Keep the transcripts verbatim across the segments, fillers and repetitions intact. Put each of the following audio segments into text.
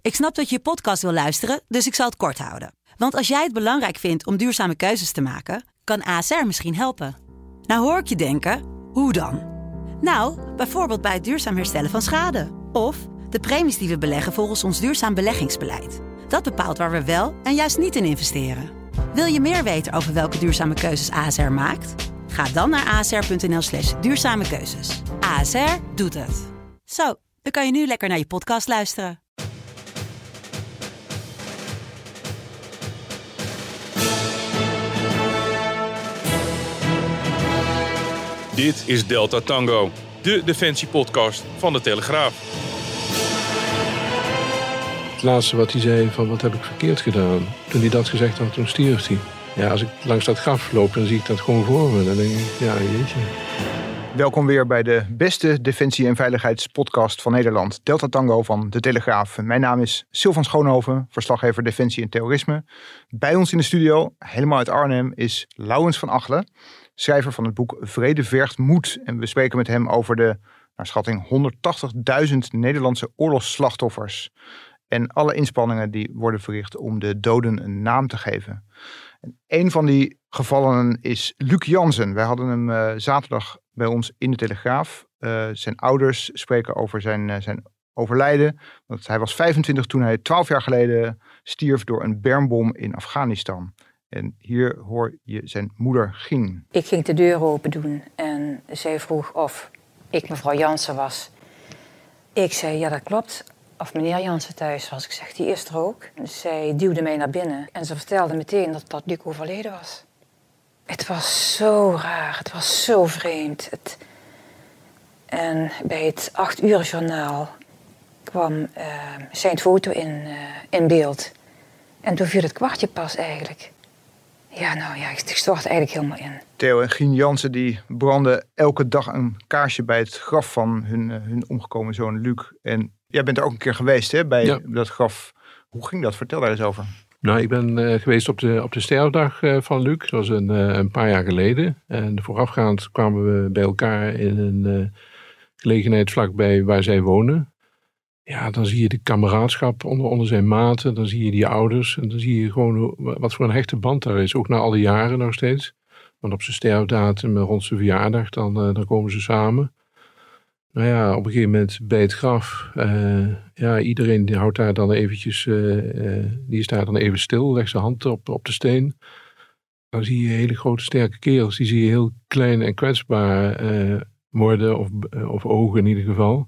Ik snap dat je je podcast wil luisteren, dus ik zal het kort houden. Want als jij het belangrijk vindt om duurzame keuzes te maken, kan A S R misschien helpen. Nou hoor ik je denken, hoe dan? Nou, bijvoorbeeld bij het duurzaam herstellen van schade. Of de premies die we beleggen volgens ons duurzaam beleggingsbeleid. Dat bepaalt waar we wel en juist niet in investeren. Wil je meer weten over welke duurzame keuzes A S R maakt? Ga dan naar asr.nl slash duurzame keuzes. A S R doet het. Zo, dan kan je nu lekker naar je podcast luisteren. Dit is Delta Tango, de defensiepodcast van de Telegraaf. Het laatste wat hij zei van wat heb ik verkeerd gedaan. Toen hij dat gezegd had, toen stierf hij. Ja, als ik langs dat graf loop, dan zie ik dat gewoon voor me. Dan denk ik, ja, jeetje. Welkom weer bij de beste defensie- en veiligheidspodcast van Nederland. Delta Tango van de Telegraaf. Mijn naam is Sylvan Schoonhoven, verslaggever defensie en terrorisme. Bij ons in de studio, helemaal uit Arnhem, is Laurens van Achelen. Schrijver van het boek Vrede vergt moed. En we spreken met hem over de, naar schatting, honderdtachtigduizend Nederlandse oorlogsslachtoffers. En alle inspanningen die worden verricht om de doden een naam te geven. En een van die gevallenen is Luc Jansen. Wij hadden hem uh, zaterdag bij ons in de Telegraaf. Uh, zijn ouders spreken over zijn, uh, zijn overlijden. Want hij was vijfentwintig toen hij twaalf jaar geleden stierf door een bermbom in Afghanistan. En hier hoor je zijn moeder Gien. Ik ging de deur open doen en zij vroeg of ik mevrouw Jansen was. Ik zei, ja dat klopt. Of meneer Jansen thuis was. Ik zeg, die is er ook. Zij duwde mij naar binnen en ze vertelde meteen dat, dat Luc overleden was. Het was zo raar, het was zo vreemd. Het... En bij het acht uur journaal kwam uh, zijn foto in, uh, in beeld. En toen viel het kwartje pas eigenlijk. Ja, nou ja, ik stort eigenlijk helemaal in. Theo en Gien Jansen die brandden elke dag een kaarsje bij het graf van hun, uh, hun omgekomen zoon Luc. En jij bent er ook een keer geweest hè, bij ja. dat graf. Hoe ging dat? Vertel daar eens over. Nou, ik ben uh, geweest op de, op de sterfdag uh, van Luc. Dat was een, uh, een paar jaar geleden. En voorafgaand kwamen we bij elkaar in een uh, gelegenheid vlakbij waar zij wonen. Ja, dan zie je de kameraadschap onder, onder zijn maten. Dan zie je die ouders. En dan zie je gewoon wat voor een hechte band daar is. Ook na al die jaren nog steeds. Want op zijn sterfdatum, rond zijn verjaardag, dan, uh, dan komen ze samen. Nou ja, op een gegeven moment bij het graf. Uh, ja, iedereen die houdt daar dan eventjes. Uh, uh, die is daar dan even stil. Legt zijn hand op, op de steen. Dan zie je hele grote sterke kerels. Die zie je heel klein en kwetsbaar uh, worden. Of, uh, of ogen in ieder geval.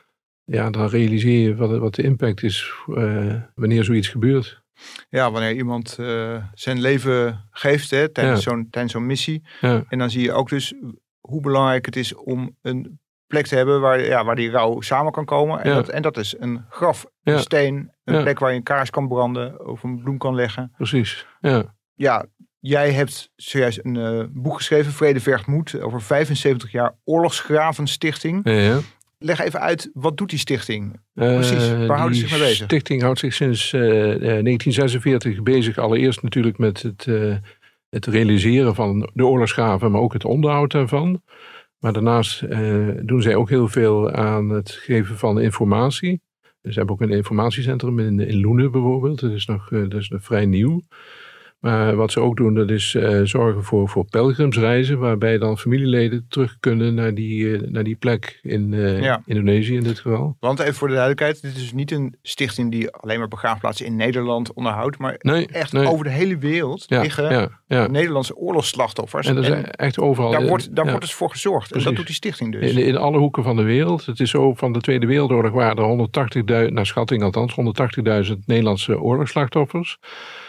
Ja, dan realiseer je wat, wat de impact is uh, wanneer zoiets gebeurt. Ja, wanneer iemand uh, zijn leven geeft hè, tijdens, ja. zo'n, tijdens zo'n missie. Ja. En dan zie je ook dus hoe belangrijk het is om een plek te hebben waar, ja, waar die rouw samen kan komen. En, ja. dat, en dat is een graf, een ja. steen, een ja. plek waar je een kaars kan branden of een bloem kan leggen. Precies, ja. Ja, jij hebt zojuist een uh, boek geschreven, Vrede vergt moed, over vijfenzeventig jaar Oorlogsgravenstichting. Ja, ja. Leg even uit, wat doet die stichting? Precies, waar uh, houden ze zich mee bezig? De stichting houdt zich sinds uh, negentien zesenveertig bezig. Allereerst natuurlijk met het, uh, het realiseren van de oorlogsgraven, maar ook het onderhoud daarvan. Maar daarnaast uh, doen zij ook heel veel aan het geven van informatie. Ze hebben ook een informatiecentrum in, in Loenen bijvoorbeeld. Dat is nog, uh, dat is nog vrij nieuw. Maar wat ze ook doen, dat is uh, zorgen voor, voor pelgrimsreizen, waarbij dan familieleden terug kunnen naar die, uh, naar die plek in uh, ja. Indonesië in dit geval. Want even voor de duidelijkheid, dit is dus niet een stichting die alleen maar begraafplaatsen in Nederland onderhoudt, maar nee, echt nee. over de hele wereld ja, liggen ja, ja. Nederlandse oorlogsslachtoffers. En dat is en echt overal. Daar wordt, daar ja. wordt dus voor gezorgd. Precies. En dat doet die stichting dus. In, in alle hoeken van de wereld. Het is zo, van de Tweede Wereldoorlog waren er honderdtachtigduizend, naar schatting althans, honderdtachtigduizend Nederlandse oorlogsslachtoffers.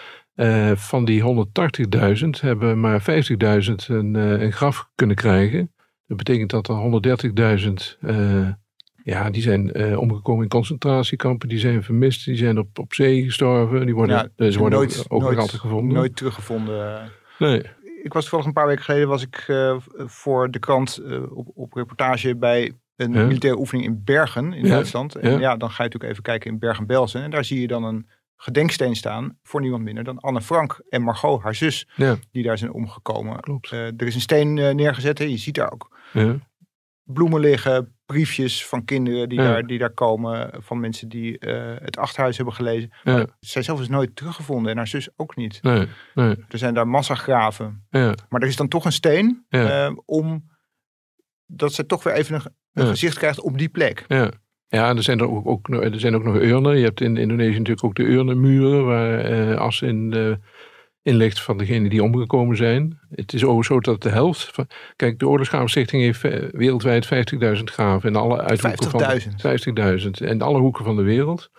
Uh, van die honderdtachtigduizend hebben maar vijftigduizend een, uh, een graf kunnen krijgen. Dat betekent dat er honderddertigduizend uh, ja, die zijn uh, omgekomen in concentratiekampen, die zijn vermist, die zijn op, op zee gestorven. Die worden, ja, uh, ze worden nooit, ook, ook nooit, nog altijd gevonden. Nooit teruggevonden. Nee. Ik was toevallig een paar weken geleden was ik uh, voor de krant uh, op, op reportage bij een ja. militaire oefening in Bergen in ja. Duitsland. En ja. ja, dan ga je natuurlijk even kijken in Bergen-Belsen. En daar zie je dan een gedenksteen staan voor niemand minder dan Anne Frank en Margot, haar zus, ja. die daar zijn omgekomen. Klopt. Uh, er is een steen uh, neergezet en je ziet daar ook. Ja. bloemen liggen, briefjes van kinderen die, ja. daar, die daar komen. Van mensen die uh, het Achterhuis hebben gelezen. Ja. Maar zij zelf is nooit teruggevonden en haar zus ook niet. Nee, nee. Er zijn daar massagraven. Ja. Maar er is dan toch een steen Ja. uh, om dat ze toch weer even een, een ja. gezicht krijgt op die plek. Ja. Ja, er zijn er ook, ook, er zijn ook nog urnen. Je hebt in Indonesië natuurlijk ook de urnenmuren waar uh, as in, uh, in ligt van degenen die omgekomen zijn. Het is ook zo dat de helft van... Kijk, de Oorlogsgravenstichting heeft uh, wereldwijd vijftigduizend graven in alle uithoeken van... vijftigduizend? vijftigduizend in alle hoeken van de wereld.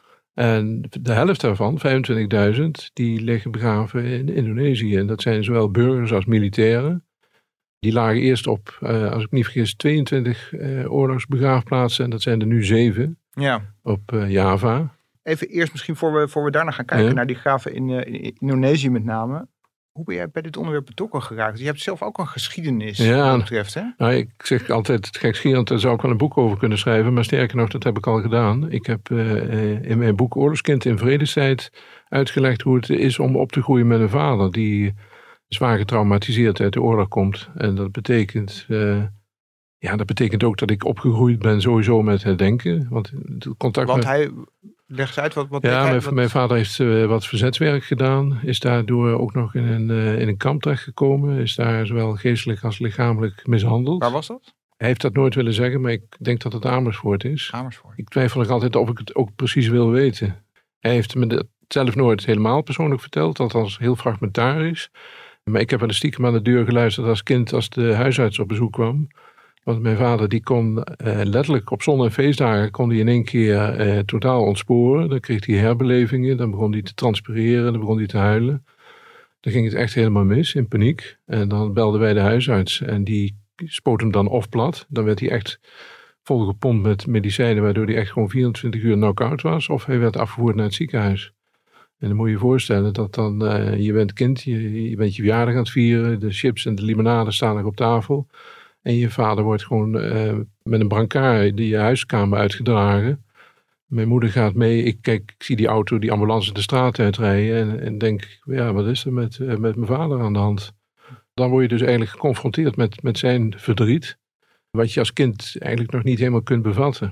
En de helft daarvan, vijfentwintigduizend, die liggen begraven in Indonesië. En dat zijn zowel burgers als militairen. Die lagen eerst op, uh, als ik me niet vergis, tweeëntwintig uh, oorlogsbegraafplaatsen. En dat zijn er nu zeven Ja. op uh, Java. Even eerst misschien voor we, voor we daarna gaan kijken Ja. naar die graven in, uh, in Indonesië met name. Hoe ben jij bij dit onderwerp betrokken geraakt? Je hebt zelf ook een geschiedenis Ja. wat dat betreft, hè? Nou, ik zeg altijd, het gekscherend, daar zou ik wel een boek over kunnen schrijven. Maar sterker nog, dat heb ik al gedaan. Ik heb uh, in mijn boek Oorlogskind in Vredestijd uitgelegd hoe het is om op te groeien met een vader die zwaar getraumatiseerd uit de oorlog komt. En dat betekent, uh, ja, dat betekent ook dat ik opgegroeid ben sowieso met herdenken. Want het contact Want met... hij, leg eens uit, wat, wat Ja, hij, mijn, wat... mijn vader heeft uh, wat verzetswerk gedaan. Is daardoor ook nog in een, uh, in een kamp terechtgekomen. Is daar zowel geestelijk als lichamelijk mishandeld. Waar was dat? Hij heeft dat nooit willen zeggen, maar ik denk dat het Amersfoort is. Amersfoort. Ik twijfel nog altijd of ik het ook precies wil weten. Hij heeft me dat zelf nooit helemaal persoonlijk verteld. Althans heel fragmentarisch. Maar ik heb wel eens stiekem aan de deur geluisterd als kind als de huisarts op bezoek kwam. Want mijn vader die kon uh, letterlijk op zon- en feestdagen kon hij in één keer uh, totaal ontsporen. Dan kreeg hij herbelevingen, dan begon hij te transpireren, dan begon hij te huilen. Dan ging het echt helemaal mis, in paniek. En dan belden wij de huisarts en die spoot hem dan of plat. Dan werd hij echt volgepompt met medicijnen waardoor hij echt gewoon vierentwintig uur knock-out was. Of hij werd afgevoerd naar het ziekenhuis. En dan moet je je voorstellen dat dan, uh, je bent kind, je, je bent je verjaardag aan het vieren, de chips en de limonade staan nog op tafel. En je vader wordt gewoon uh, met een brancard die je huiskamer uitgedragen. Mijn moeder gaat mee, ik kijk, ik zie die auto, die ambulance de straat uitrijden en, en denk, ja, wat is er met, uh, met mijn vader aan de hand? Dan word je dus eigenlijk geconfronteerd met, met zijn verdriet, wat je als kind eigenlijk nog niet helemaal kunt bevatten.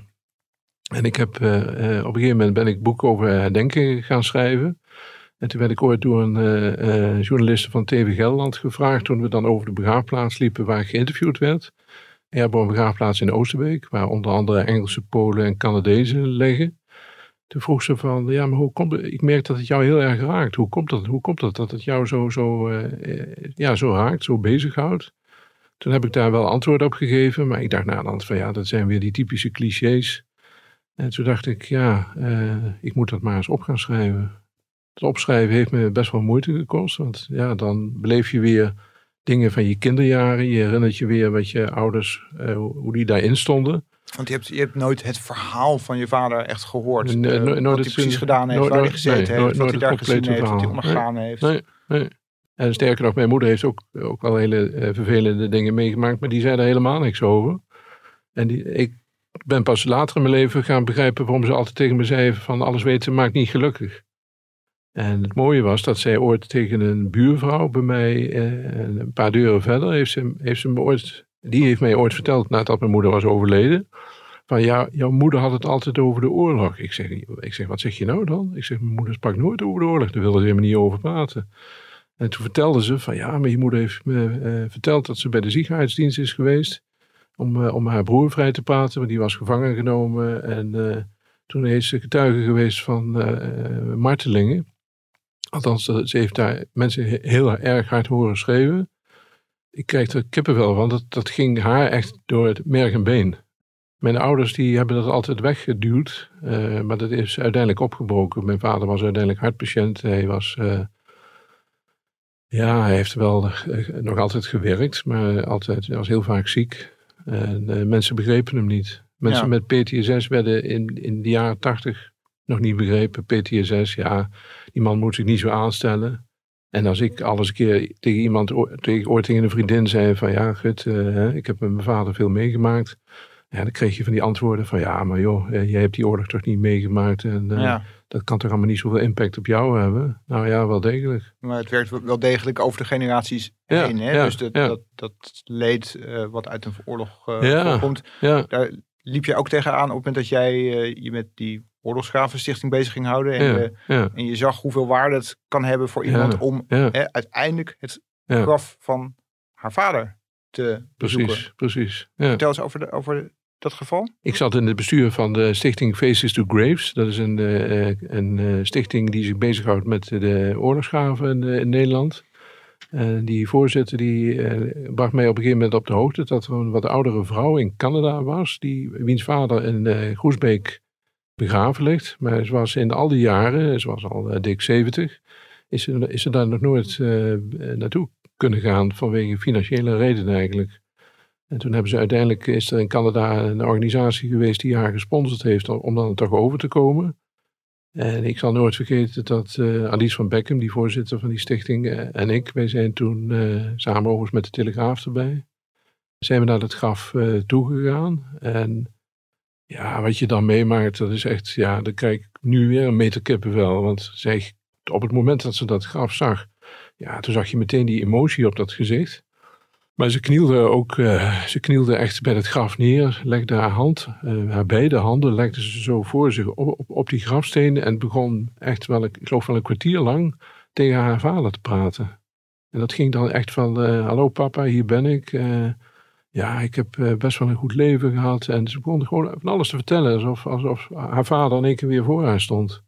En ik heb, uh, uh, op een gegeven moment ben ik boek over herdenken gaan schrijven. En toen werd ik ooit door een uh, uh, journalist van T V Gelderland gevraagd, toen we dan over de begraafplaats liepen waar ik geïnterviewd werd. Airborne begraafplaats in Oosterbeek, waar onder andere Engelse, Polen en Canadezen liggen. Toen vroeg ze van, ja, maar hoe komt het? Ik merk dat het jou heel erg raakt. Hoe komt dat? Hoe komt dat dat het jou zo, zo, uh, ja, zo raakt, zo bezighoudt? Toen heb ik daar wel antwoord op gegeven, maar ik dacht na dan van, ja, dat zijn weer die typische clichés. En toen dacht ik, ja, uh, ik moet dat maar eens op gaan schrijven. Het opschrijven heeft me best wel moeite gekost. Want ja, dan beleef je weer dingen van je kinderjaren. Je herinnert je weer wat je ouders, uh, hoe die daarin stonden. Want je hebt, je hebt nooit het verhaal van je vader echt gehoord. Nee, uh, no, wat no, hij precies no, gedaan heeft, no, waar no, hij gezeten nee, heeft, no, wat no, hij daar gezien heeft, verhaal. wat hij ondergaan nee, heeft. Nee, nee. En sterker nog, mijn moeder heeft ook, ook wel hele uh, vervelende dingen meegemaakt. Maar die zei daar helemaal niks over. En die, ik ben pas later in mijn leven gaan begrijpen waarom ze altijd tegen me zei van alles weten maakt niet gelukkig. En het mooie was dat zij ooit tegen een buurvrouw bij mij, eh, een paar deuren verder, heeft ze, heeft ze me ooit, die heeft mij ooit verteld nadat mijn moeder was overleden, van ja, jouw moeder had het altijd over de oorlog. Ik zeg, ik zeg, wat zeg je nou dan? Ik zeg, mijn moeder sprak nooit over de oorlog, daar wilde ze helemaal niet over praten. En toen vertelde ze van ja, maar je moeder heeft me uh, verteld dat ze bij de ziekenhuisdienst is geweest om, uh, om haar broer vrij te praten, want die was gevangen genomen. En uh, toen is ze getuige geweest van uh, uh, martelingen. Althans, ze heeft daar mensen heel erg hard horen schreeuwen. Ik kreeg er kippenvel van, dat, dat ging haar echt door het merg en been. Mijn ouders die hebben dat altijd weggeduwd, uh, maar dat is uiteindelijk opgebroken. Mijn vader was uiteindelijk hartpatiënt, hij was... Uh, Ja, hij heeft wel uh, nog altijd gewerkt, maar altijd, hij was heel vaak ziek. En uh, mensen begrepen hem niet. Mensen Ja. met P T S S werden in, in de jaren tachtig nog niet begrepen. P T S S, ja, die man moet zich niet zo aanstellen. En als ik alles een keer tegen iemand, tegen, ooit tegen een vriendin zei van ja, gut, uh, ik heb met mijn vader veel meegemaakt. Ja, dan kreeg je van die antwoorden van ja, maar joh, jij hebt die oorlog toch niet meegemaakt. En uh, ja. dat kan toch allemaal niet zoveel impact op jou hebben? Nou ja, wel degelijk. Maar het werkt wel degelijk over de generaties ja, heen. Hè? Ja, dus dat, ja. dat, dat leed uh, wat uit een oorlog uh, ja, voorkomt. Ja. Daar liep je ook tegenaan op het moment dat jij uh, je met die Oorlogsgravenstichting bezig ging houden. En, ja, uh, ja. en je zag hoeveel waarde het kan hebben voor iemand ja, om ja. Hè, uiteindelijk het ja. graf van haar vader te bezoeken. Precies, precies. Ja. Vertel eens over, de, over dat geval. Ik zat in het bestuur van de stichting Faces to Graves. Dat is een, uh, een uh, stichting die zich bezighoudt met de oorlogsgraven in, uh, in Nederland. Uh, die voorzitter die, uh, bracht mij op een gegeven moment op de hoogte dat er een wat oudere vrouw in Canada was, die, wiens vader in uh, Groesbeek begraven ligt. Maar ze was in al die jaren, ze was al uh, dik zeventig, is ze, is ze daar nog nooit uh, naartoe kunnen gaan vanwege financiële redenen eigenlijk. En toen hebben ze uiteindelijk, is er in Canada een organisatie geweest die haar gesponsord heeft om dan toch over te komen. En ik zal nooit vergeten dat uh, Alice van Beckham, die voorzitter van die stichting, uh, en ik, wij zijn toen uh, samen overigens met de Telegraaf erbij, zijn we naar het graf uh, toegegaan. En ja, wat je dan meemaakt, dat is echt, ja, dan krijg ik nu weer een meter kippenvel. Want zij, op het moment dat ze dat graf zag, ja, toen zag je meteen die emotie op dat gezicht. Maar ze knielde ook, uh, ze knielde echt bij het graf neer, legde haar hand, uh, haar beide handen legde ze zo voor zich op, op, op die grafstenen en begon echt wel, ik geloof wel een kwartier lang tegen haar vader te praten. En dat ging dan echt van, uh, hallo papa, hier ben ik. Uh, ja, ik heb uh, best wel een goed leven gehad. En ze begon gewoon van alles te vertellen, alsof, alsof haar vader in één keer weer voor haar stond.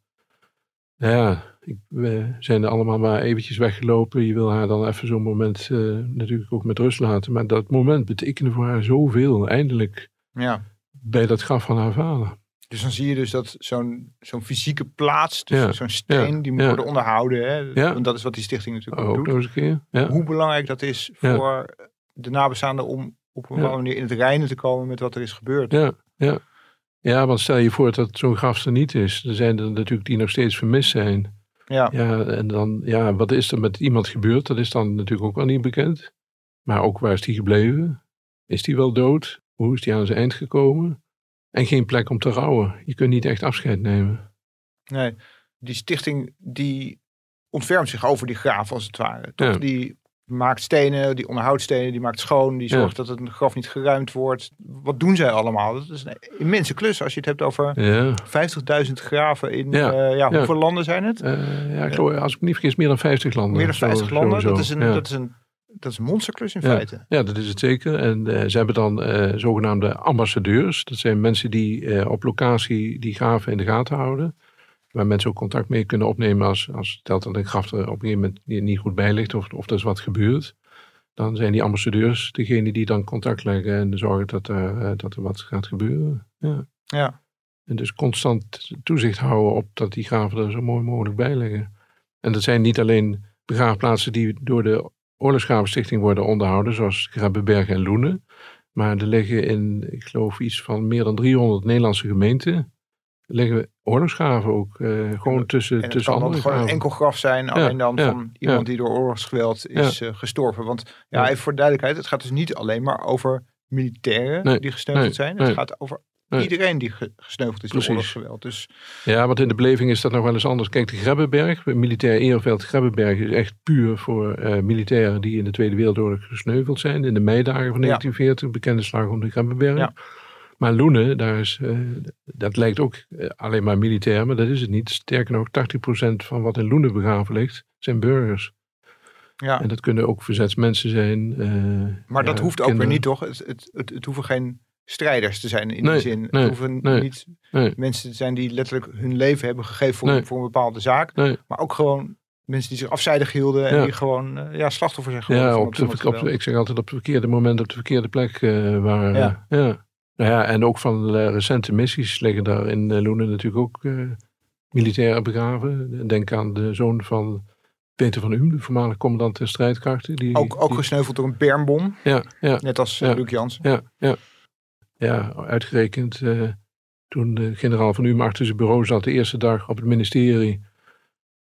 Nou ja, ik, we zijn er allemaal maar eventjes weggelopen. Je wil haar dan even zo'n moment uh, natuurlijk ook met rust laten. Maar dat moment betekende voor haar zoveel, eindelijk, ja. bij dat graf van haar vader. Dus dan zie je dus dat zo'n, zo'n fysieke plaats, dus ja. zo'n steen, ja. die moet ja. worden onderhouden. Hè? Ja. Want dat is wat die stichting natuurlijk ook, ook ook doet. Nog eens een keer. Ja. Hoe belangrijk dat is voor ja. de nabestaanden om op een bepaalde ja. manier in het reinen te komen met wat er is gebeurd. Ja, ja. ja, want stel je voor dat zo'n graf er niet is. Er zijn er natuurlijk die nog steeds vermist zijn. Ja. ja, en dan, ja, wat is er met iemand gebeurd? Dat is dan natuurlijk ook wel niet bekend. Maar ook waar is die gebleven? Is die wel dood? Hoe is die aan zijn eind gekomen? En geen plek om te rouwen. Je kunt niet echt afscheid nemen. Nee, die stichting die ontfermt zich over die graaf als het ware. Toch? Ja. Die maakt stenen, die onderhoudt stenen, die maakt schoon, die zorgt ja. dat het graf niet geruimd wordt. Wat doen zij allemaal? Dat is een immense klus als je het hebt over ja. vijftigduizend graven in, ja. Uh, ja, hoeveel ja. landen zijn het? Uh, ja, ik geloof, als ik me niet vergis, meer dan vijftig landen. Meer dan vijftig zo, landen, sowieso. dat is, een, ja. dat, is een, dat is een monsterklus in ja. feite. Ja, dat is het zeker. En uh, ze hebben dan uh, zogenaamde ambassadeurs. Dat zijn mensen die uh, op locatie die graven in de gaten houden. Waar mensen ook contact mee kunnen opnemen als, als stelt dat een graf er op een gegeven moment niet goed bij ligt of, of er is wat gebeurd. Dan zijn die ambassadeurs degene die dan contact leggen en zorgen dat er, uh, dat er wat gaat gebeuren. Ja. ja. En dus constant toezicht houden op dat die graven er zo mooi mogelijk bij liggen. En dat zijn niet alleen begraafplaatsen die door de Oorlogsgravenstichting worden onderhouden, zoals Grebbeberg en Loenen. Maar er liggen in, ik geloof, iets van meer dan driehonderd Nederlandse gemeenten liggen oorlogsgraven ook uh, gewoon tussen, en het tussen kan andere dan gewoon graven. een enkel graf zijn, ja, alleen dan ja, van iemand ja. die door oorlogsgeweld is ja. uh, gestorven. Want ja, even voor de duidelijkheid, het gaat dus niet alleen maar over militairen nee, die gesneuveld nee, zijn. Het nee. gaat over nee. iedereen die ge- gesneuveld is Precies. door oorlogsgeweld. Dus ja, want in de beleving is dat nog wel eens anders. Kijk, de Grebbeberg, militair Ereveld Grebbeberg, is echt puur voor uh, militairen die in de Tweede Wereldoorlog gesneuveld zijn. In de meidagen van negentien veertig, ja. bekende slag om de Grebbeberg. Ja. Maar Loenen, daar is, uh, dat lijkt ook uh, alleen maar militair, maar dat is het niet. Sterker nog, tachtig procent van wat in Loenen begraven ligt, zijn burgers. Ja. En dat kunnen ook verzetsmensen zijn. Uh, maar dat ja, hoeft ook kinderen. weer niet, toch? Het, het, het, het hoeven geen strijders te zijn in nee, die zin. Nee, het hoeven nee, niet nee. mensen te zijn die letterlijk hun leven hebben gegeven voor, nee. voor een bepaalde zaak. Nee. Maar ook gewoon mensen die zich afzijdig hielden en ja. die gewoon uh, ja, slachtoffer zijn geworden. Ja, van op de, op de, ik zeg altijd op het verkeerde moment op de verkeerde plek uh, waren. Ja. Uh, ja. Nou ja, en ook van de recente missies liggen daar in uh, Loenen natuurlijk ook uh, militairen begraven. Denk aan de zoon van Peter van Uhm, de voormalig commandant der strijdkrachten. Die, ook ook die... gesneuveld door een bermbom. Ja, ja. Net als ja, Luc Jansen. Ja, ja. ja uitgerekend uh, toen de generaal van Uhm achter zijn bureau zat de eerste dag op het ministerie.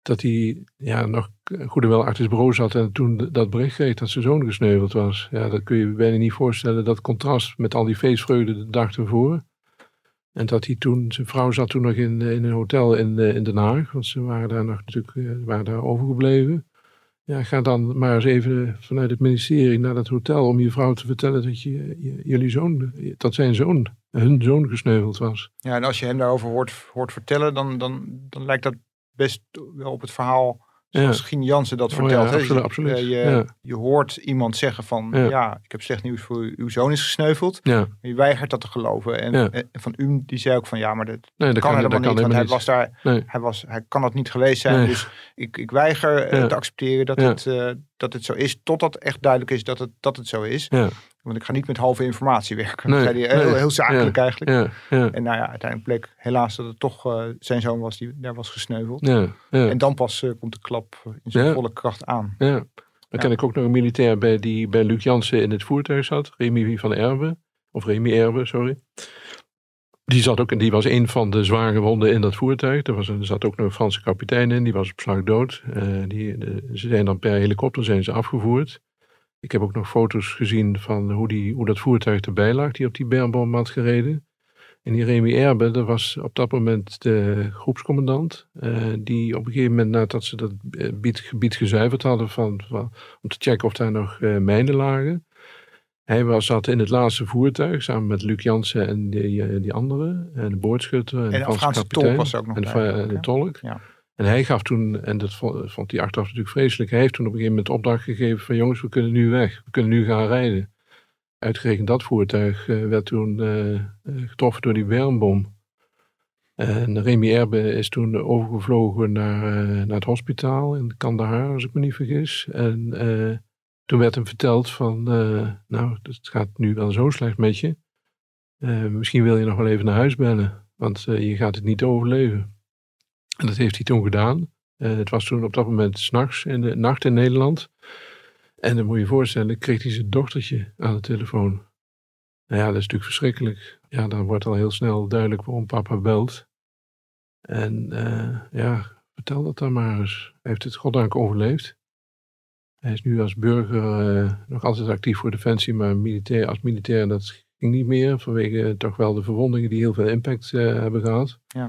dat hij ja, nog goed en wel achter zijn bureau zat en toen dat bericht kreeg dat zijn zoon gesneuveld was. Ja, dat kun je je bijna niet voorstellen, dat contrast met al die feestvreugde de dag ervoor. En dat hij toen, zijn vrouw zat toen nog in, in een hotel in, in Den Haag, want ze waren daar nog natuurlijk waren daar overgebleven. Ja, ga dan maar eens even vanuit het ministerie naar dat hotel om je vrouw te vertellen dat je, je, jullie zoon, dat zijn zoon, hun zoon gesneuveld was. Ja, en als je hem daarover hoort, hoort vertellen, dan, dan, dan lijkt dat best wel op het verhaal zoals ja. Gien Jansen dat vertelt. Oh ja, absoluut, absoluut. Je, ja. je hoort iemand zeggen van, ja. ja, ik heb slecht nieuws voor u, uw zoon is gesneuveld. Ja. Maar je weigert dat te geloven. En, ja. en van u, die zei ook van, ja, maar dat, nee, dat kan, kan helemaal dat niet, kan want hij niet. was daar, nee. hij, was, hij kan dat niet geweest zijn. Nee. Dus ik, ik weiger ja. te accepteren dat, ja. het, uh, dat het zo is, totdat echt duidelijk is dat het, dat het zo is. Ja. Want ik ga niet met halve informatie werken. Nee, zei hij, heel, nee. heel zakelijk ja, eigenlijk. Ja, ja. En nou ja, uiteindelijk bleek helaas dat het toch uh, zijn zoon was die daar was gesneuveld. Ja, ja. En dan pas uh, komt de klap in zijn ja. volle kracht aan. Ja. Dan ja. ken ik ook nog een militair bij die bij Luc Jansen in het voertuig zat. Remy van Erbe. Of Remy Erbe, sorry. Die zat ook en die was een van de zwaar gewonden in dat voertuig. Er, was een, er zat ook nog een Franse kapitein in. Die was op slag dood. Uh, die, de, ze zijn dan per helikopter zijn ze afgevoerd. Ik heb ook nog foto's gezien van hoe, die, hoe dat voertuig erbij lag, die op die bermbom had gereden. En die Remy Erbe, dat was op dat moment de groepscommandant. Uh, die op een gegeven moment, nadat ze dat gebied, gebied gezuiverd hadden, van, van, om te checken of daar nog uh, mijnen lagen. Hij was, zat in het laatste voertuig, samen met Luc Jansen en die, die anderen. En de boordschutter en, en de, de Afghaanse tolk was er ook nog en de, bij. En de tolk. Ja. En hij gaf toen, en dat vond, vond hij achteraf natuurlijk vreselijk, hij heeft toen op een gegeven moment opdracht gegeven van jongens, we kunnen nu weg, we kunnen nu gaan rijden. Uitgerekend dat voertuig uh, werd toen uh, getroffen door die bermbom. En Remy Erbe is toen overgevlogen naar, uh, naar het hospitaal in Kandahar, als ik me niet vergis. En uh, toen werd hem verteld van, uh, nou, het gaat nu wel zo slecht met je. Uh, misschien wil je nog wel even naar huis bellen, want uh, je gaat het niet overleven. En dat heeft hij toen gedaan. Uh, het was toen op dat moment 's nachts in de nacht in Nederland. En dan moet je je voorstellen, kreeg hij zijn dochtertje aan de telefoon. Nou ja, dat is natuurlijk verschrikkelijk. Ja, dan wordt al heel snel duidelijk waarom papa belt. En uh, ja, vertel dat dan maar eens. Hij heeft het goddank overleefd. Hij is nu als burger uh, nog altijd actief voor Defensie, maar militair, als militair dat ging niet meer. Vanwege uh, toch wel de verwondingen die heel veel impact uh, hebben gehad. Ja.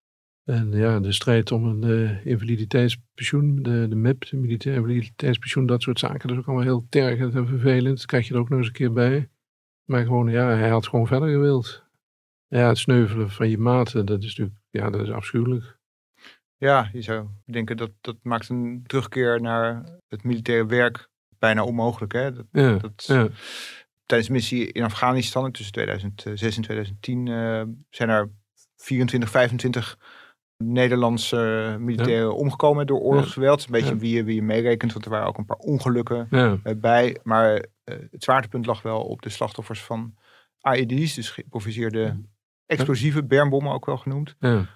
En ja, de strijd om een uh, invaliditeitspensioen, de, de M I P, de militair invaliditeitspensioen, dat soort zaken, dat is ook allemaal heel tergend en vervelend. Dat krijg je er ook nog eens een keer bij. Maar gewoon, ja, hij had gewoon verder gewild. Ja, het sneuvelen van je maten, dat is natuurlijk, ja, dat is afschuwelijk. Ja, je zou denken dat dat maakt een terugkeer naar het militaire werk bijna onmogelijk. Hè? Dat, ja, dat, ja. Tijdens de missie in Afghanistan, tussen tweeduizend zes en tweeduizend tien, uh, zijn er vierentwintig, vijfentwintig Nederlandse militairen ja. omgekomen door oorlogsgeweld. Een beetje ja. wie, je, wie je meerekent, want er waren ook een paar ongelukken ja. uh, bij. Maar uh, het zwaartepunt lag wel op de slachtoffers van A E D's, dus geïmproviseerde ja. explosieve bermbommen ook wel genoemd. Ja.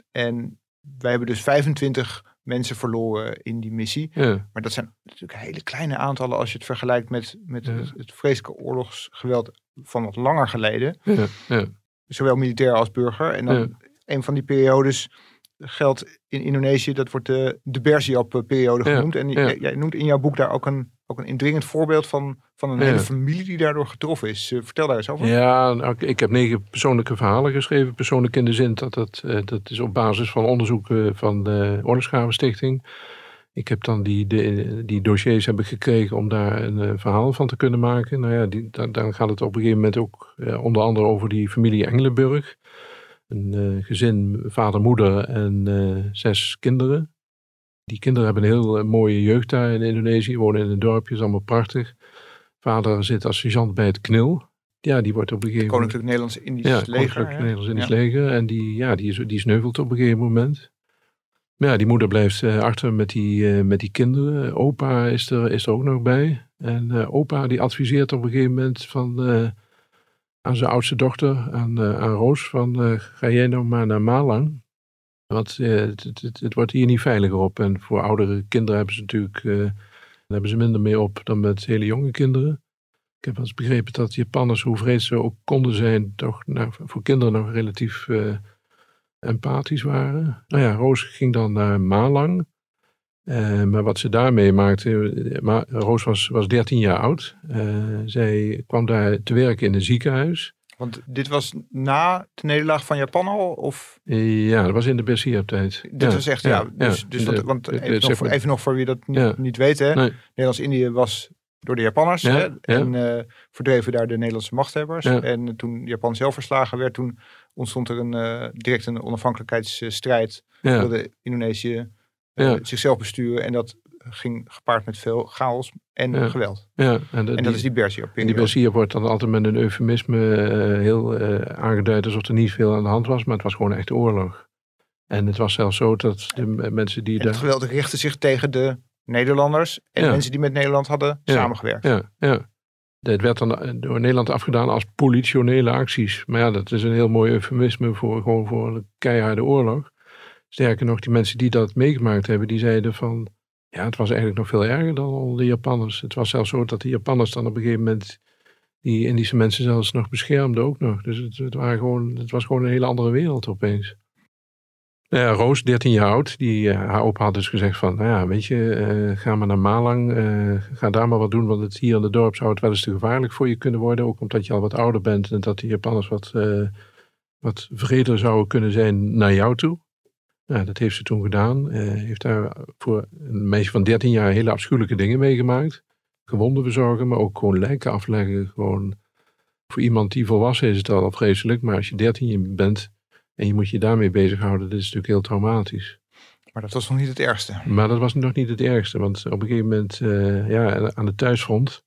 En wij hebben dus vijfentwintig mensen verloren in die missie. Ja. Maar dat zijn natuurlijk hele kleine aantallen als je het vergelijkt met, met ja. het, het vreselijke oorlogsgeweld van wat langer geleden. Ja. Ja. Zowel militair als burger. En dan ja. een van die periodes geldt in Indonesië, dat wordt de, de Bersiap-periode genoemd. Ja. En ja. jij noemt in jouw boek daar ook een, ook een indringend voorbeeld van, van een ja. hele familie die daardoor getroffen is. Uh, vertel daar eens over. Ja, nou, ik heb negen persoonlijke verhalen geschreven. Persoonlijk in de zin dat dat, uh, dat is op basis van onderzoek uh, van de Oorlogsgravenstichting. Ik heb dan die, de, die dossiers heb ik gekregen om daar een uh, verhaal van te kunnen maken. Nou ja, die, dan, dan gaat het op een gegeven moment ook uh, onder andere over die familie Engelenburg. Een uh, gezin, vader, moeder en uh, zes kinderen. Die kinderen hebben een heel uh, mooie jeugd daar in Indonesië. Wonen in een dorpje, is allemaal prachtig. Vader zit als sergeant bij het K N I L. Ja, die wordt op een gegeven moment... Koninklijk Nederlands-Indisch ja, leger. Koninklijk Nederlands-Indisch ja. leger. En die, ja, die, is, die sneuvelt op een gegeven moment. Maar ja, die moeder blijft uh, achter met die, uh, met die kinderen. Opa is er, is er ook nog bij. En uh, opa die adviseert op een gegeven moment van... Uh, aan zijn oudste dochter, aan, uh, aan Roos, van uh, ga jij nou maar naar Malang. Want uh, het, het, het, het wordt hier niet veiliger op. En voor oudere kinderen hebben ze natuurlijk uh, hebben ze minder mee op dan met hele jonge kinderen. Ik heb wel eens begrepen dat Japanners, hoe vreed ze ook konden zijn, toch nou, voor kinderen nog relatief uh, empathisch waren. Nou ja, Roos ging dan naar Malang. Uh, maar wat ze daarmee maakte... Maar Roos was, was dertien jaar oud. Uh, zij kwam daar te werken in een ziekenhuis. Want dit was na de nederlaag van Japan al? Of? Ja, dat was in de Bersia-tijd. Dit ja, was echt, ja. ja dus, ja. dus dat, want de, de, even, de, nog, maar, even nog voor wie dat niet, ja. niet weet. Hè? Nee. Nederlands-Indië was door de Japanners. Ja, hè? ja. En uh, verdreven daar de Nederlandse machthebbers. Ja. En toen Japan zelf verslagen werd, toen ontstond er een, uh, direct een onafhankelijkheidsstrijd. Ja. Wilde Indonesië uh, ja. zichzelf besturen. En dat ging gepaard met veel chaos en ja. geweld. Ja, en, de, en dat die, is die Bersia-periode. En die Bersia wordt dan altijd met een eufemisme uh, heel uh, aangeduid alsof er niet veel aan de hand was, maar het was gewoon echt oorlog. En het was zelfs zo dat de en, mensen die en daar... het geweld richtte zich tegen de Nederlanders en ja. mensen die met Nederland hadden ja. samengewerkt. Ja, ja. Het werd dan door Nederland afgedaan als politionele acties. Maar ja, dat is een heel mooi eufemisme voor, gewoon voor een keiharde oorlog. Sterker nog, die mensen die dat meegemaakt hebben, die zeiden van... Ja, het was eigenlijk nog veel erger dan de Japanners. Het was zelfs zo dat de Japanners dan op een gegeven moment die Indische mensen zelfs nog beschermden ook nog. Dus het, het, waren gewoon, het was gewoon een hele andere wereld opeens. Nou ja, Roos, dertien jaar oud, die, uh, haar opa had dus gezegd van, nou ja, weet je, uh, ga maar naar Malang, uh, ga daar maar wat doen, want het hier in het dorp zou het wel eens te gevaarlijk voor je kunnen worden, ook omdat je al wat ouder bent en dat de Japanners wat, uh, wat vreder zouden kunnen zijn naar jou toe. Nou, dat heeft ze toen gedaan. Uh, heeft daar voor een meisje van dertien jaar hele afschuwelijke dingen meegemaakt. Gewonden verzorgen, maar ook gewoon lijken afleggen. Gewoon voor iemand die volwassen is het al vreselijk. Maar als je dertien bent en je moet je daarmee bezighouden, dat is natuurlijk heel traumatisch. Maar dat was nog niet het ergste. Maar dat was nog niet het ergste. Want op een gegeven moment, uh, ja, aan de thuisfront,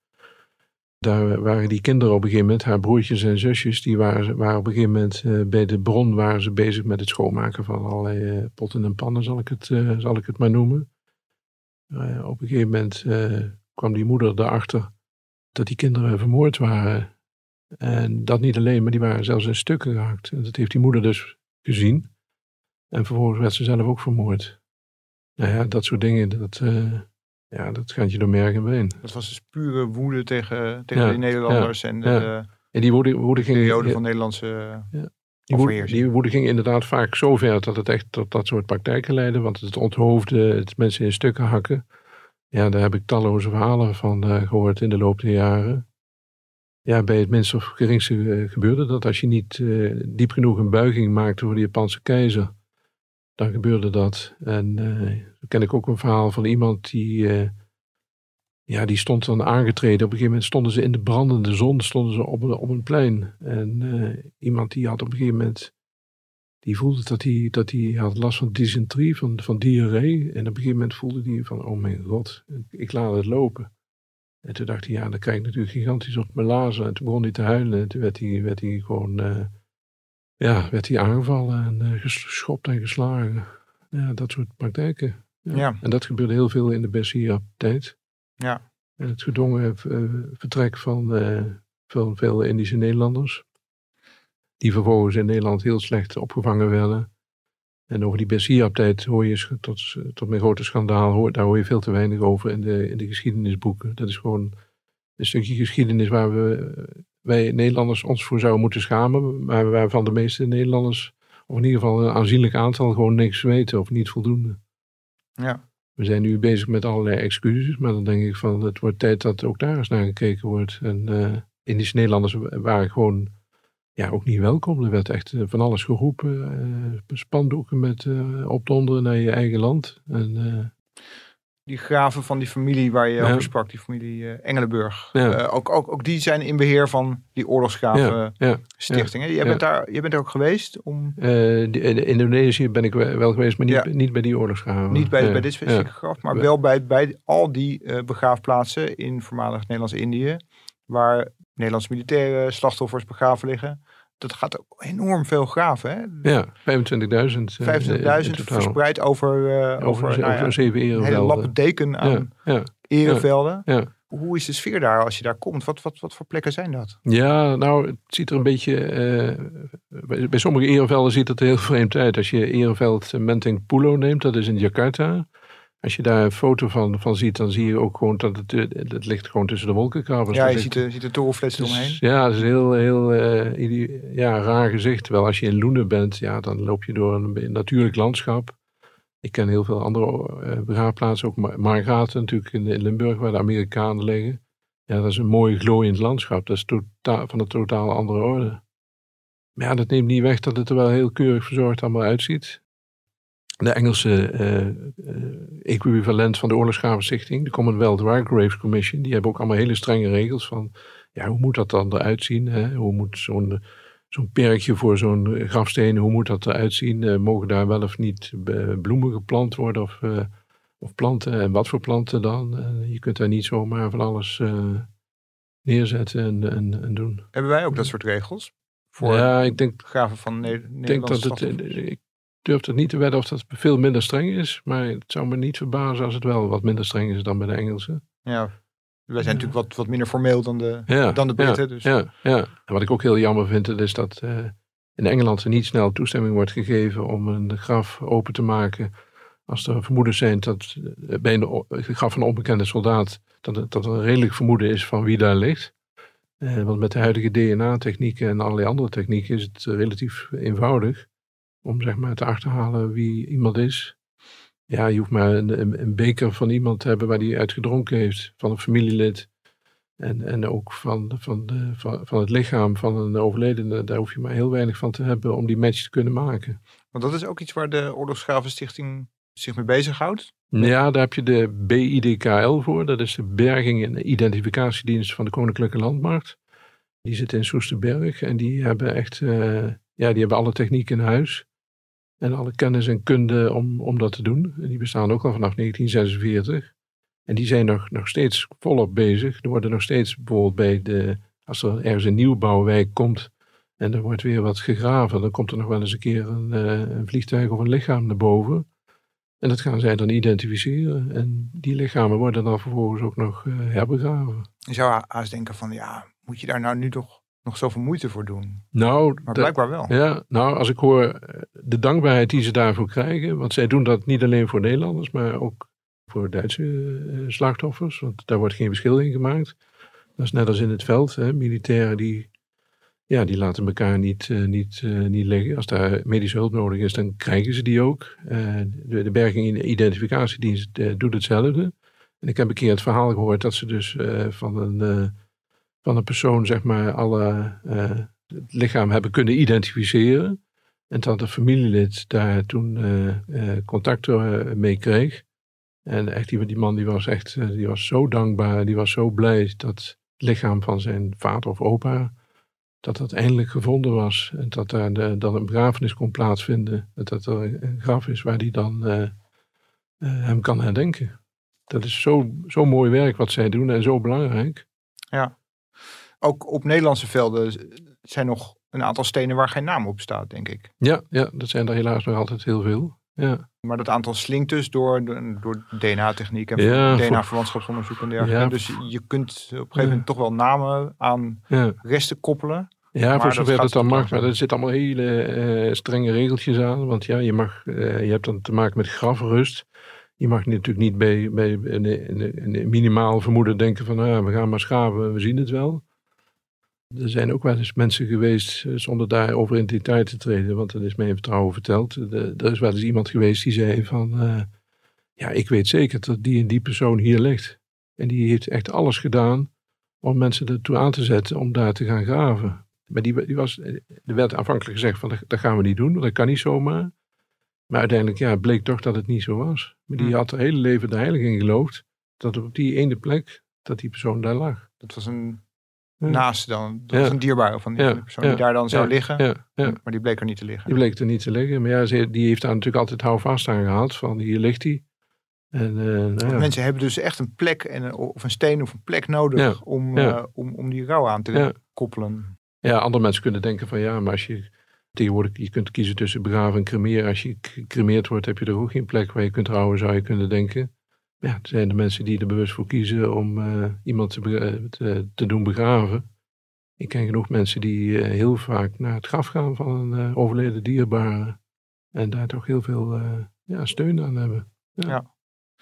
daar waren die kinderen op een gegeven moment, haar broertjes en zusjes, die waren, waren op een gegeven moment uh, bij de bron waren ze bezig met het schoonmaken van allerlei uh, potten en pannen, zal ik het, uh, zal ik het maar noemen. Uh, op een gegeven moment uh, kwam die moeder erachter dat die kinderen vermoord waren. En dat niet alleen, maar die waren zelfs in stukken gehakt. En dat heeft die moeder dus gezien. En vervolgens werd ze zelf ook vermoord. Nou ja, dat soort dingen, dat... Uh, Ja, dat gaat je door merg en been. Dat was dus pure woede tegen, tegen ja, die Nederlanders ja, en de, ja. en die woede, woede ging, periode ja, van Nederlandse ja. die, woede, die woede ging inderdaad vaak zo ver dat het echt tot dat soort praktijken leidde. Want het onthoofde, het mensen in stukken hakken. Ja, daar heb ik talloze verhalen van uh, gehoord in de loop der jaren. Ja, bij het minst of geringste uh, gebeurde dat. Als je niet uh, diep genoeg een buiging maakte voor de Japanse keizer, dan gebeurde dat. En uh, dan ken ik ook een verhaal van iemand die, uh, ja, die stond dan aangetreden. Op een gegeven moment stonden ze in de brandende zon, stonden ze op een, op een plein. En uh, iemand die had op een gegeven moment, die voelde dat hij, dat hij had last van dysenterie, van, van diarree. En op een gegeven moment voelde hij van, oh mijn god, ik laat het lopen. En toen dacht hij, ja, dan krijg ik natuurlijk gigantisch op mijn lazen. En toen begon hij te huilen en toen werd hij, werd hij gewoon... Uh, Ja, werd hij aangevallen en uh, geschopt en geslagen. Ja, dat soort praktijken. Ja. Ja. En dat gebeurde heel veel in de Bersia-tijd. Ja. En het gedwongen uh, vertrek van uh, veel, veel Indische Nederlanders. Die vervolgens in Nederland heel slecht opgevangen werden. En over die Bersia-tijd hoor je tot, tot mijn grote schandaal, hoor, daar hoor je veel te weinig over in de, in de geschiedenisboeken. Dat is gewoon een stukje geschiedenis waar we... wij Nederlanders ons voor zouden moeten schamen, maar waarvan de meeste Nederlanders, of in ieder geval een aanzienlijk aantal, gewoon niks weten of niet voldoende. Ja. We zijn nu bezig met allerlei excuses, maar dan denk ik van, het wordt tijd dat ook daar eens naar gekeken wordt. En uh, Indische Nederlanders waren gewoon, ja, ook niet welkom. Er werd echt uh, van alles geroepen, uh, spandoeken met uh, opdonderen naar je eigen land. En... Uh, Die graven van die familie waar je ja. over sprak, die familie uh, Engelenburg. Ja. Uh, ook, ook, ook die zijn in beheer van die oorlogsgraven ja. Ja. stichting. Ja. Jij, ja. bent daar, jij bent er ook geweest? Om... Uh, in Indonesië ben ik wel geweest, maar niet, ja. niet bij die oorlogsgraven. Niet bij, ja. bij dit specifieke ja. graf, maar wel bij, bij al die uh, begraafplaatsen in voormalig Nederlands-Indië, waar Nederlandse militaire slachtoffers begraven liggen. Dat gaat ook enorm veel graven, hè? Ja, vijfentwintigduizend. Uh, vijfentwintigduizend verspreid over, uh, over, over, over, nou ja, over zeven erevelden. Een hele lappendeken aan ja, ja, erevelden. Ja, ja. Hoe is de sfeer daar als je daar komt? Wat, wat, wat voor plekken zijn dat? Ja, nou, het ziet er een beetje... Uh, bij, bij sommige erevelden ziet het er heel vreemd uit. Als je ereveld Menteng Pulo neemt, dat is in Jakarta. Als je daar een foto van, van ziet, dan zie je ook gewoon dat het, het ligt gewoon tussen de wolkenkrabbers. Ja, je ligt, ziet de, ziet de torenflits eromheen. Ja, het is een heel, heel uh, ja, raar gezicht. Terwijl als je in Loenen bent, ja, dan loop je door een, een natuurlijk landschap. Ik ken heel veel andere uh, begraafplaatsen, ook Margraten natuurlijk in, in Limburg, waar de Amerikanen liggen. Ja, dat is een mooi glooiend landschap. Dat is tota- van een totaal andere orde. Maar ja, dat neemt niet weg dat het er wel heel keurig verzorgd allemaal uitziet. De Engelse uh, uh, equivalent van de Oorlogsgravenstichting, de Commonwealth War Graves Commission, die hebben ook allemaal hele strenge regels van, ja, hoe moet dat dan eruit zien? Hè? Hoe moet zo'n, zo'n perkje voor zo'n grafsteen, hoe moet dat eruit zien? Uh, mogen daar wel of niet bloemen geplant worden of, uh, of planten? En wat voor planten dan? Uh, je kunt daar niet zomaar van alles uh, neerzetten en, en, en doen. Hebben wij ook dat soort regels? Voor ja, ik denk, graven van ne- denk dat het, ik durf het niet te wedden of dat veel minder streng is, maar het zou me niet verbazen als het wel wat minder streng is dan bij de Engelsen. Ja, wij zijn ja. natuurlijk wat, wat minder formeel dan de, ja, dan de Britten. Ja, dus. ja, ja. En wat ik ook heel jammer vind, is dat uh, in Engeland er niet snel toestemming wordt gegeven om een graf open te maken als er vermoedens zijn dat uh, bij een graf van een onbekende soldaat, dat, het, dat er een redelijk vermoeden is van wie daar ligt. Uh, want met de huidige D N A-technieken en allerlei andere technieken is het uh, relatief eenvoudig om zeg maar te achterhalen wie iemand is. Ja, je hoeft maar een, een, een beker van iemand te hebben waar die uit gedronken heeft, van een familielid. En, en ook van, van, de, van, van het lichaam van een overledene, daar hoef je maar heel weinig van te hebben om die match te kunnen maken. Want dat is ook iets waar de Oorlogsgravenstichting zich mee bezighoudt? Ja, daar heb je de B I D K L voor. Dat is de Berging- en Identificatiedienst van de Koninklijke Landmacht. Die zit in Soesterberg en die hebben echt, uh, ja, die hebben alle techniek in huis. En alle kennis en kunde om, om dat te doen. En die bestaan ook al vanaf negentien zesenveertig. En die zijn nog, nog steeds volop bezig. Er worden nog steeds bijvoorbeeld bij de, als er ergens een nieuwbouwwijk komt en er wordt weer wat gegraven, dan komt er nog wel eens een keer een, uh, een vliegtuig of een lichaam naar boven. En dat gaan zij dan identificeren. En die lichamen worden dan vervolgens ook nog uh, herbegraven. Je zou haast denken van, ja, moet je daar nou nu toch nog zoveel moeite voor doen? Nou, maar blijkbaar wel. Ja, nou, als ik hoor de dankbaarheid die ze daarvoor krijgen, want zij doen dat niet alleen voor Nederlanders, maar ook voor Duitse uh, slachtoffers, want daar wordt geen verschil in gemaakt. Dat is net als in het veld, hè. Militairen die, ja, die laten elkaar niet, uh, niet, uh, niet liggen. Als daar medische hulp nodig is, dan krijgen ze die ook. Uh, de, de Berging- en Identificatiedienst uh, doet hetzelfde. En ik heb een keer het verhaal gehoord dat ze dus uh, van een... Uh, van een persoon, zeg maar, alle uh, het lichaam hebben kunnen identificeren. En dat een familielid daar toen uh, uh, contact uh, mee kreeg. En echt, die, die man die was echt, uh, die was zo dankbaar, die was zo blij dat het lichaam van zijn vader of opa, dat dat eindelijk gevonden was. En dat daar de, dan een begrafenis kon plaatsvinden. Dat dat er een graf is waar die dan uh, uh, hem kan herdenken. Dat is zo, zo mooi werk wat zij doen en zo belangrijk. Ja. Ook op Nederlandse velden zijn nog een aantal stenen waar geen naam op staat, denk ik. Ja, ja, dat zijn er helaas nog altijd heel veel. Ja. Maar dat aantal slinkt dus door, door D N A-techniek en ja, D N A-verwantschapsonderzoek en dergelijke. Ja, dus je kunt op een gegeven moment ja. toch wel namen aan ja. resten koppelen. Ja, voor zover dat dan mag. Maar er zitten allemaal hele uh, strenge regeltjes aan. Want ja, je, mag, uh, je hebt dan te maken met grafrust. Je mag natuurlijk niet bij, bij een, een, een minimaal vermoeden denken van ah, we gaan maar schaven, we zien het wel. Er zijn ook wel eens mensen geweest zonder daar over in detail te treden, want dat is mij in vertrouwen verteld. De, er is wel eens iemand geweest die zei van, uh, ja, ik weet zeker dat die en die persoon hier ligt. En die heeft echt alles gedaan om mensen ertoe aan te zetten om daar te gaan graven. Maar die, die was, er werd aanvankelijk gezegd van, dat gaan we niet doen, dat kan niet zomaar. Maar uiteindelijk, ja, bleek toch dat het niet zo was. Maar die had haar hele leven de heilig in geloofd, dat op die ene plek, dat die persoon daar lag. Dat was een... Ja. Naast dan, dat ja. was een dierbare van die ja. persoon die ja. daar dan zou ja. liggen, ja. Ja. maar die bleek er niet te liggen. Die bleek er niet te liggen, maar ja, ze, die heeft daar natuurlijk altijd houvast aan gehad, van hier ligt hij. En, uh, nou ja. Mensen hebben dus echt een plek, en een, of een steen of een plek nodig ja. Om, ja. Uh, om, om die rouw aan te ja. koppelen. Ja, andere mensen kunnen denken van ja, maar als je tegenwoordig, je kunt kiezen tussen begraven en cremeren. Als je gecremeerd wordt, heb je er ook geen plek waar je kunt rouwen, zou je kunnen denken. Ja, er zijn de mensen die er bewust voor kiezen om uh, iemand te, te, te doen begraven. Ik ken genoeg mensen die uh, heel vaak naar het graf gaan van een uh, overleden dierbare. En daar toch heel veel uh, ja, steun aan hebben. Ja. Ja.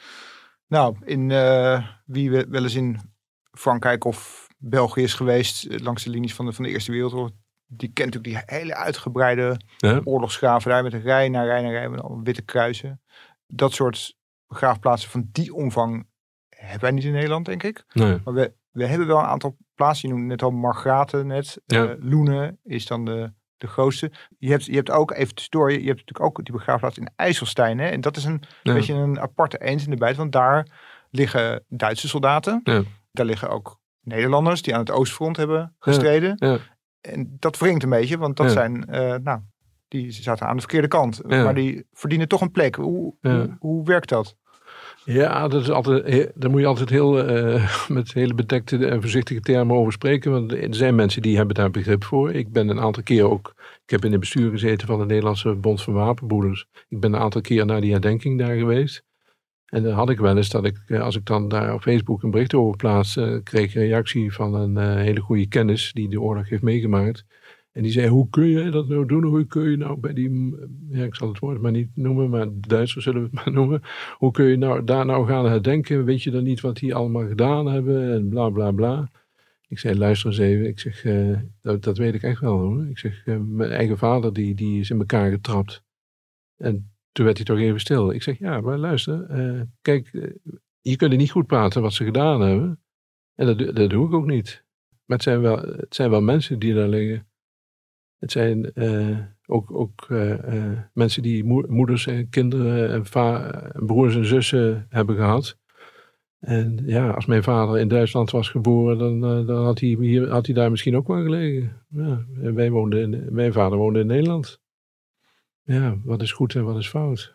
Nou, in, uh, wie wel eens in Frankrijk of België is geweest, langs de linies van de, van de Eerste Wereldoorlog, die kent natuurlijk die hele uitgebreide ja. oorlogsgraverij met een rij na rij na rij met al witte kruisen. dat soort begraafplaatsen van die omvang hebben wij niet in Nederland, denk ik. Nee. Maar we, we hebben wel een aantal plaatsen. Je noemde net al Margraten net. Ja. Uh, Loenen is dan de, de grootste. Je hebt, je hebt ook, even tussendoor, je hebt natuurlijk ook die begraafplaats in IJsselstein. Hè? En dat is een Ja. beetje een aparte eend in de bijt. Want daar liggen Duitse soldaten. Ja. Daar liggen ook Nederlanders die aan het Oostfront hebben gestreden. Ja. En dat wringt een beetje, want dat Ja. zijn, uh, nou, die zaten aan de verkeerde kant. Ja. Maar die verdienen toch een plek. Hoe, Ja. hoe, hoe werkt dat? Ja, dat is altijd, daar moet je altijd heel uh, met hele bedekte en voorzichtige termen over spreken. Want er zijn mensen die hebben daar begrip voor. Ik ben een aantal keer ook, ik heb in het bestuur gezeten van de Nederlandse Bond van Wapenbroeders. Ik ben een aantal keer naar die herdenking daar geweest. En dan had ik wel eens dat ik, als ik dan daar op Facebook een bericht over plaatste, kreeg ik een reactie van een uh, hele goede kennis die de oorlog heeft meegemaakt. En die zei, hoe kun je dat nou doen? Hoe kun je nou bij die, ja, ik zal het woord maar niet noemen, maar de Duitsers zullen we het maar noemen. Hoe kun je nou daar nou gaan herdenken? Weet je dan niet wat die allemaal gedaan hebben? En bla bla bla. Ik zei, luister eens even. Ik zeg, uh, dat, dat weet ik echt wel hoor. Ik zeg, uh, mijn eigen vader die, die is in elkaar getrapt. En toen werd hij toch even stil. Ik zeg, ja, maar luister. Uh, kijk, uh, je kunt niet goed praten wat ze gedaan hebben. En dat, dat doe ik ook niet. Maar het zijn wel, het zijn wel mensen die daar liggen. Het zijn uh, ook, ook uh, uh, mensen die mo- moeders en kinderen en, va- en broers en zussen hebben gehad. En ja, als mijn vader in Duitsland was geboren, dan, uh, dan had, hij hier, had hij daar misschien ook wel gelegen. Ja, wij woonden in, mijn vader woonde in Nederland. Ja, wat is goed en wat is fout?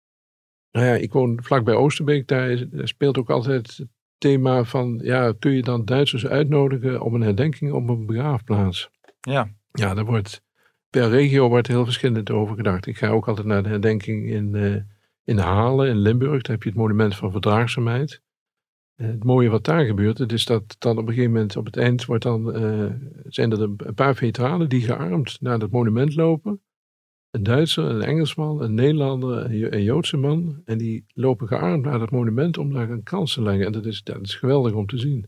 Nou ja, ik woon vlakbij Oosterbeek. Daar, is, daar speelt ook altijd het thema van, ja, kun je dan Duitsers uitnodigen op een herdenking op een begraafplaats? Ja. Ja, daar wordt per regio wordt heel verschillend over gedacht. Ik ga ook altijd naar de herdenking in, uh, in Halen, in Limburg. Daar heb je het monument van verdraagzaamheid. Uh, het mooie wat daar gebeurt, het is dat dan op een gegeven moment op het eind wordt dan, uh, zijn er een paar veteranen die gearmd naar dat monument lopen. Een Duitser, een Engelsman, een Nederlander, een, een Joodse man. En die lopen gearmd naar dat monument om daar een krans te leggen. En dat is, dat is geweldig om te zien.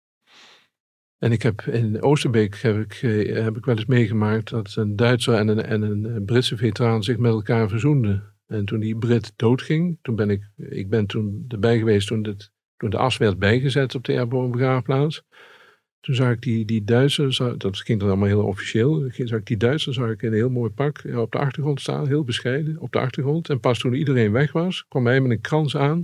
En ik heb in Oosterbeek heb ik, heb ik wel eens meegemaakt dat een Duitser en een, en een Britse veteraan zich met elkaar verzoenden. En toen die Brit doodging, toen ben ik, ik ben toen erbij geweest toen, het, toen de as werd bijgezet op de Airborne begraafplaats. Toen zag ik die, die Duitser, dat ging dan allemaal heel officieel, zag ik die Duitser zag ik in een heel mooi pak op de achtergrond staan, heel bescheiden op de achtergrond. En pas toen iedereen weg was, kwam hij met een krans aan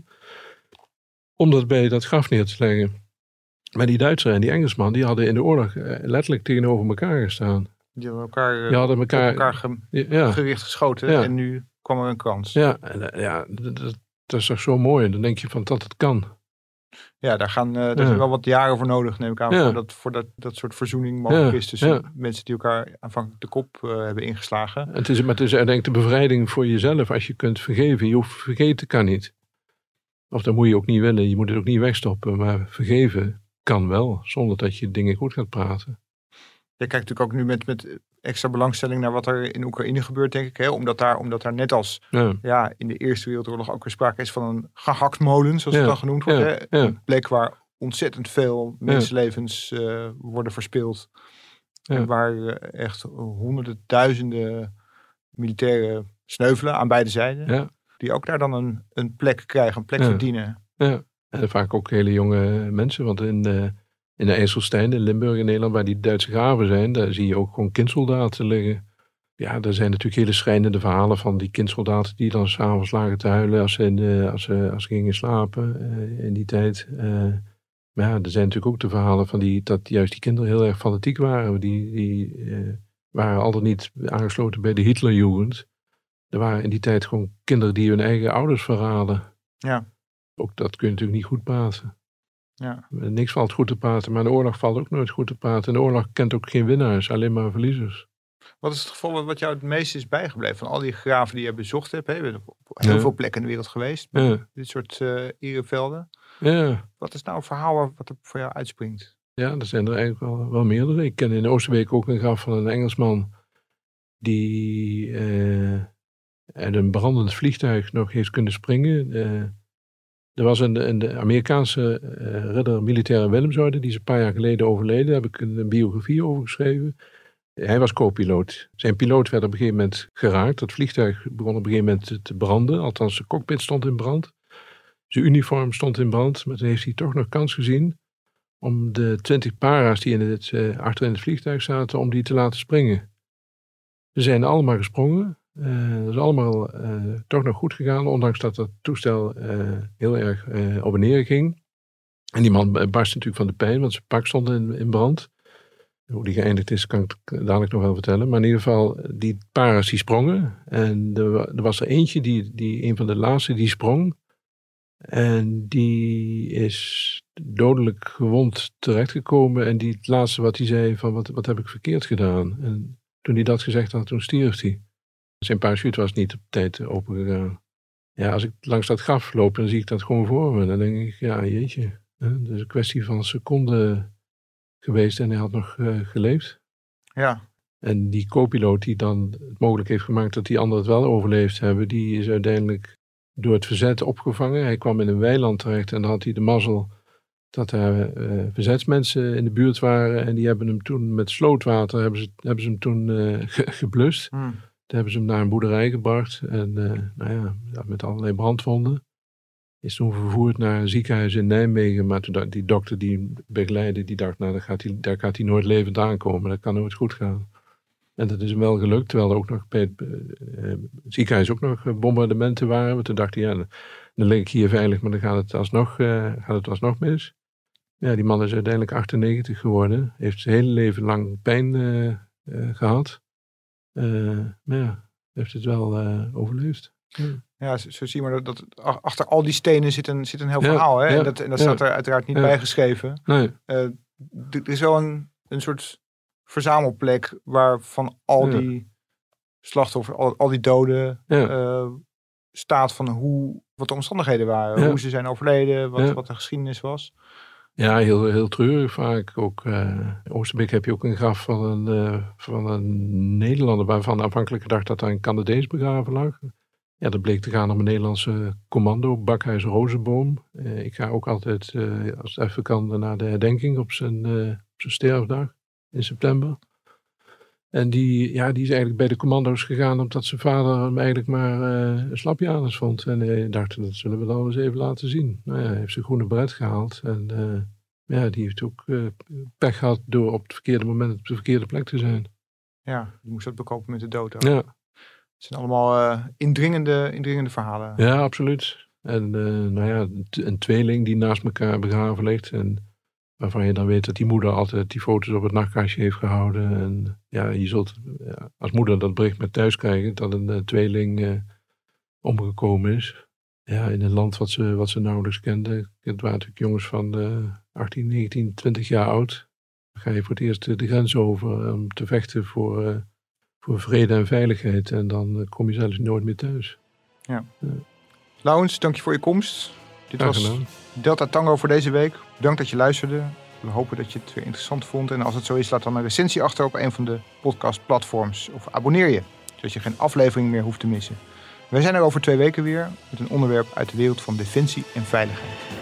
om dat bij dat graf neer te leggen. Maar die Duitser en die Engelsman, die hadden in de oorlog letterlijk tegenover elkaar gestaan. Die hadden elkaar, die hadden elkaar, elkaar ge, ja. gericht geschoten ja. En nu kwam er een kans. Ja, en, ja dat, dat, dat is toch zo mooi. Dan denk je van dat het kan. Ja, daar, gaan, uh, daar ja. zijn wel wat jaren voor nodig, neem ik aan, ja. voor, dat, voor dat, dat soort verzoening mogelijk ja. is tussen ja. mensen die elkaar aanvankelijk de kop uh, hebben ingeslagen. Het is, maar het is uiteindelijk de bevrijding voor jezelf als je kunt vergeven. Je hoeft vergeten kan niet. Of dat moet je ook niet willen. Je moet het ook niet wegstoppen. Maar vergeven kan wel, zonder dat je dingen goed gaat praten. Je kijkt natuurlijk ook nu met, met extra belangstelling naar wat er in Oekraïne gebeurt, denk ik. Hè? Omdat, daar, omdat daar net als ja. Ja, in de Eerste Wereldoorlog ook weer sprake is van een gehaktmolen, zoals ja. het dan genoemd wordt. Ja. Hè? Ja. Een plek waar ontzettend veel mensenlevens uh, worden verspild. Ja. En waar uh, echt honderden, duizenden militairen sneuvelen aan beide zijden. Ja. Die ook daar dan een, een plek krijgen, een plek ja. verdienen. Ja. En vaak ook hele jonge mensen, want in, uh, in de IJsselstein, in Limburg in Nederland, waar die Duitse graven zijn, daar zie je ook gewoon kindsoldaten liggen. Ja, er zijn natuurlijk hele schrijnende verhalen van die kindsoldaten die dan s'avonds lagen te huilen als ze, in de, als ze, als ze gingen slapen uh, in die tijd. Uh, maar ja, er zijn natuurlijk ook de verhalen van die, dat juist die kinderen heel erg fanatiek waren. Die, die uh, waren al dan niet aangesloten bij de Hitlerjugend. Er waren in die tijd gewoon kinderen die hun eigen ouders verraden. Ja. Ook dat kun je natuurlijk niet goed praten. Ja. Niks valt goed te praten, maar de oorlog valt ook nooit goed te praten. En de oorlog kent ook geen winnaars, alleen maar verliezers. Wat is het geval wat jou het meest is bijgebleven van al die graven die je bezocht hebt? Hè? Je bent op heel ja. veel plekken in de wereld geweest. Ja. Dit soort uh, erevelden. Ja. Wat is nou een verhaal wat er voor jou uitspringt? Ja, er zijn er eigenlijk wel, wel meerdere. Ik ken in Oosterbeek ook een graf van een Engelsman die uh, uit een brandend vliegtuig nog heeft kunnen springen. Uh, Er was een, een Amerikaanse uh, ridder militaire Willemsorde, die is een paar jaar geleden overleden. Daar heb ik een, een biografie over geschreven. Hij was co-piloot. Zijn piloot werd op een gegeven moment geraakt. Dat vliegtuig begon op een gegeven moment te branden. Althans, zijn cockpit stond in brand. Zijn uniform stond in brand. Maar toen heeft hij toch nog kans gezien om de twintig para's die in het, uh, achter in het vliegtuig zaten, om die te laten springen. Ze zijn allemaal gesprongen. Uh, dat is allemaal uh, toch nog goed gegaan, ondanks dat het toestel uh, heel erg uh, op en neer ging. En die man barstte natuurlijk van de pijn, want zijn pak stond in, in brand. Hoe die geëindigd is, kan ik dadelijk nog wel vertellen. Maar in ieder geval, die para's die sprongen. En er, er was er eentje, die, die, een van de laatste, die sprong. En die is dodelijk gewond terechtgekomen. En die, het laatste wat hij zei, van wat, wat heb ik verkeerd gedaan? En toen hij dat gezegd had, toen stierf hij. Zijn parachute was niet op tijd opengegaan. Ja, als ik langs dat graf loop, dan zie ik dat gewoon voor me. Dan denk ik, ja, jeetje. Het is een kwestie van seconden geweest en hij had nog uh, geleefd. Ja. En die co-piloot die dan het mogelijk heeft gemaakt dat die anderen het wel overleefd hebben, die is uiteindelijk door het verzet opgevangen. Hij kwam in een weiland terecht en dan had hij de mazzel dat er uh, verzetsmensen in de buurt waren. En die hebben hem toen met slootwater, hebben ze, hebben ze hem toen uh, ge- geblust. Hmm. Toen hebben ze hem naar een boerderij gebracht. En uh, nou ja, met allerlei brandwonden. Is toen vervoerd naar een ziekenhuis in Nijmegen. Maar toen die dokter die hem begeleidde, die dacht, nou, daar gaat hij, daar gaat hij nooit levend aankomen. Dat kan nooit goed gaan. En dat is hem wel gelukt, terwijl er ook nog bij het, uh, het ziekenhuis ook nog bombardementen waren. Want toen dacht hij, ja, dan, dan lig ik hier veilig, maar dan gaat het alsnog, uh, gaat het alsnog mis. Ja, die man is uiteindelijk achtennegentig geworden. Heeft zijn hele leven lang pijn uh, uh, gehad. Uh, maar ja, heeft het wel uh, overleefd. Ja. Ja, zo, zo zie je maar dat, dat achter al die stenen zit een, zit een heel Ja, verhaal. Hè? ja, en dat, en dat ja. staat er uiteraard niet Ja. bij geschreven. Nee. Uh, er is wel een, een soort verzamelplek waar van al Ja. die slachtoffers, al, al die doden, Ja. uh, staat van hoe, wat de omstandigheden waren. Ja. Hoe ze zijn overleden, wat, Ja. wat de geschiedenis was. Ja, heel, heel treurig vaak. Ook uh, in Oosterbeek heb je ook een graf van een, uh, van een Nederlander, waarvan aanvankelijk gedacht dat daar een Canadees begraven lag. Ja, dat bleek te gaan om een Nederlandse commando, Bakhuis Rozenboom. Uh, ik ga ook altijd, uh, als het even kan, naar de herdenking op zijn, uh, op zijn sterfdag in september. En die, ja, die is eigenlijk bij de commando's gegaan omdat zijn vader hem eigenlijk maar uh, een slapjanus vond. En hij dacht, dat zullen we dan eens even laten zien. Nou ja, hij heeft zijn groene beret gehaald. En uh, ja, die heeft ook uh, pech gehad door op het verkeerde moment op de verkeerde plek te zijn. Ja, die moest dat bekopen met de dood ook. Ja, Het zijn allemaal uh, indringende, indringende verhalen. ja absoluut. En uh, nou ja, een tweeling die naast elkaar begraven ligt. En waarvan je dan weet dat die moeder altijd die foto's op het nachtkastje heeft gehouden. En ja, je zult ja, als moeder dat bericht met thuis krijgen dat een uh, tweeling uh, omgekomen is. Ja, in een land wat ze, wat ze nauwelijks kende. Het waren natuurlijk jongens van uh, achttien, negentien, twintig jaar oud. Dan ga je voor het eerst de grens over om te vechten voor, uh, voor vrede en veiligheid. En dan uh, kom je zelfs nooit meer thuis. Ja. Ja. Laurens, dank je voor je komst. Dit Graag was gedaan. Delta Tango voor deze week. Bedankt dat je luisterde. We hopen dat je het weer interessant vond. En als het zo is, laat dan een recensie achter op een van de podcastplatforms. Of abonneer je, zodat je geen aflevering meer hoeft te missen. Wij zijn er over twee weken weer met een onderwerp uit de wereld van defensie en veiligheid.